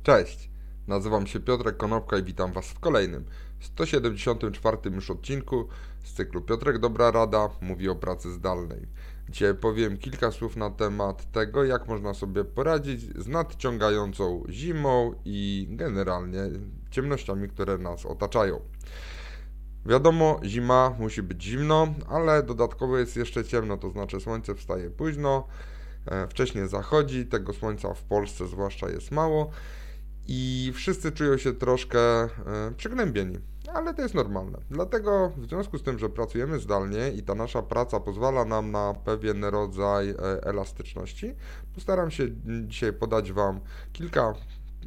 Cześć, nazywam się Piotrek Konopka i witam Was w kolejnym, 174 już odcinku z cyklu Piotrek Dobra Rada mówi o pracy zdalnej. Dzisiaj powiem kilka słów na temat tego, jak można sobie poradzić z nadciągającą zimą i generalnie ciemnościami, które nas otaczają. Wiadomo, zima musi być zimno, ale dodatkowo jest jeszcze ciemno, to znaczy słońce wstaje późno, wcześniej zachodzi, tego słońca w Polsce zwłaszcza jest mało i wszyscy czują się troszkę przygnębieni, ale to jest normalne. Dlatego w związku z tym, że pracujemy zdalnie i ta nasza praca pozwala nam na pewien rodzaj elastyczności, postaram się dzisiaj podać Wam kilka,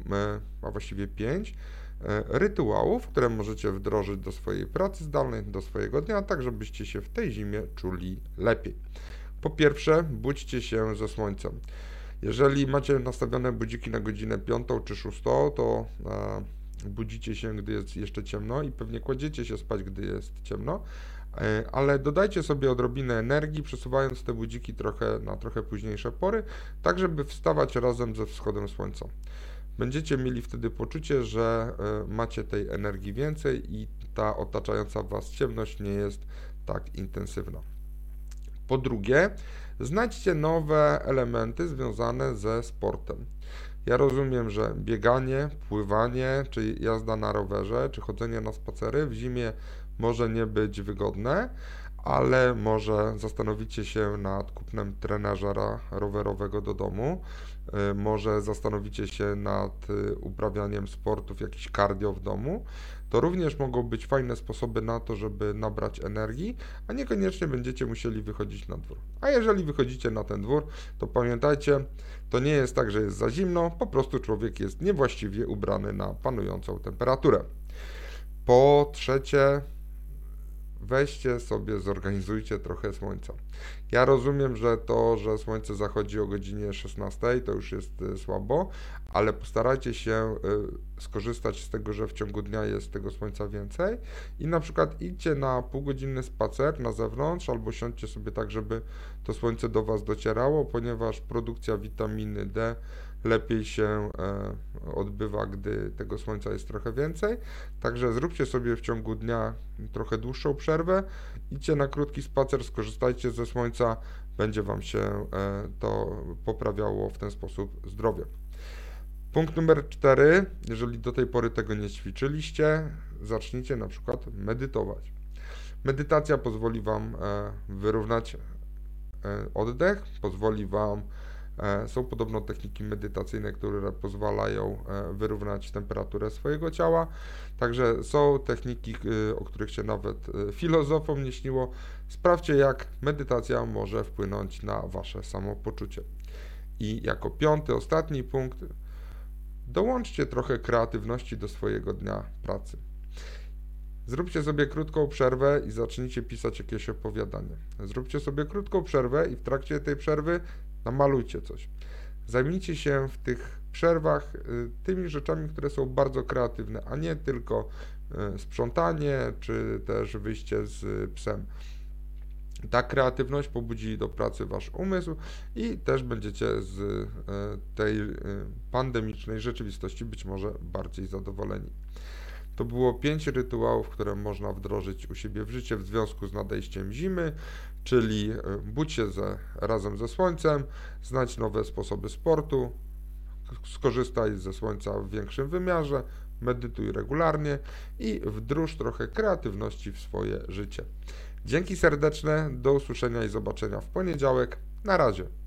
a właściwie 5 rytuałów, które możecie wdrożyć do swojej pracy zdalnej, do swojego dnia, tak żebyście się w tej zimie czuli lepiej. Po pierwsze, budźcie się ze słońcem. Jeżeli macie nastawione budziki na godzinę 5 czy 6, to budzicie się, gdy jest jeszcze ciemno i pewnie kładziecie się spać, gdy jest ciemno, ale dodajcie sobie odrobinę energii, przesuwając te budziki na trochę późniejsze pory, tak żeby wstawać razem ze wschodem słońca. Będziecie mieli wtedy poczucie, że macie tej energii więcej i ta otaczająca Was ciemność nie jest tak intensywna. Po drugie, znajdźcie nowe elementy związane ze sportem. Ja rozumiem, że bieganie, pływanie, czy jazda na rowerze, czy chodzenie na spacery w zimie może nie być wygodne, ale może zastanowicie się nad kupnem trenażera rowerowego do domu, może zastanowicie się nad uprawianiem sportów, jakiś cardio w domu. To również mogą być fajne sposoby na to, żeby nabrać energii, a niekoniecznie będziecie musieli wychodzić na dwór. A jeżeli wychodzicie na ten dwór, to pamiętajcie, to nie jest tak, że jest za zimno, po prostu człowiek jest niewłaściwie ubrany na panującą temperaturę. Po trzecie, weźcie sobie, zorganizujcie trochę słońca. Ja rozumiem, że to, że słońce zachodzi o godzinie 16, to już jest słabo, ale postarajcie się skorzystać z tego, że w ciągu dnia jest tego słońca więcej i na przykład idźcie na półgodzinny spacer na zewnątrz albo siądźcie sobie tak, żeby to słońce do Was docierało, ponieważ produkcja witaminy D lepiej się odbywa, gdy tego słońca jest trochę więcej. Także zróbcie sobie w ciągu dnia trochę dłuższą przerwę, idźcie na krótki spacer, skorzystajcie ze słońca, będzie Wam się to poprawiało w ten sposób zdrowie. Punkt numer 4, jeżeli do tej pory tego nie ćwiczyliście, zacznijcie na przykład medytować. Medytacja pozwoli Wam wyrównać oddech, są podobno techniki medytacyjne, które pozwalają wyrównać temperaturę swojego ciała. Także są techniki, o których się nawet filozofom nie śniło. Sprawdźcie, jak medytacja może wpłynąć na Wasze samopoczucie. I jako 5, ostatni punkt, dołączcie trochę kreatywności do swojego dnia pracy. Zróbcie sobie krótką przerwę i zacznijcie pisać jakieś opowiadanie. Zróbcie sobie krótką przerwę i w trakcie tej przerwy namalujcie coś. Zajmijcie się w tych przerwach tymi rzeczami, które są bardzo kreatywne, a nie tylko sprzątanie, czy też wyjście z psem. Ta kreatywność pobudzi do pracy Wasz umysł i też będziecie z tej pandemicznej rzeczywistości być może bardziej zadowoleni. To było 5 rytuałów, które można wdrożyć u siebie w życie w związku z nadejściem zimy, czyli budź się razem ze słońcem, znajdź nowe sposoby sportu, skorzystaj ze słońca w większym wymiarze, medytuj regularnie i wdróż trochę kreatywności w swoje życie. Dzięki serdeczne, do usłyszenia i zobaczenia w poniedziałek. Na razie.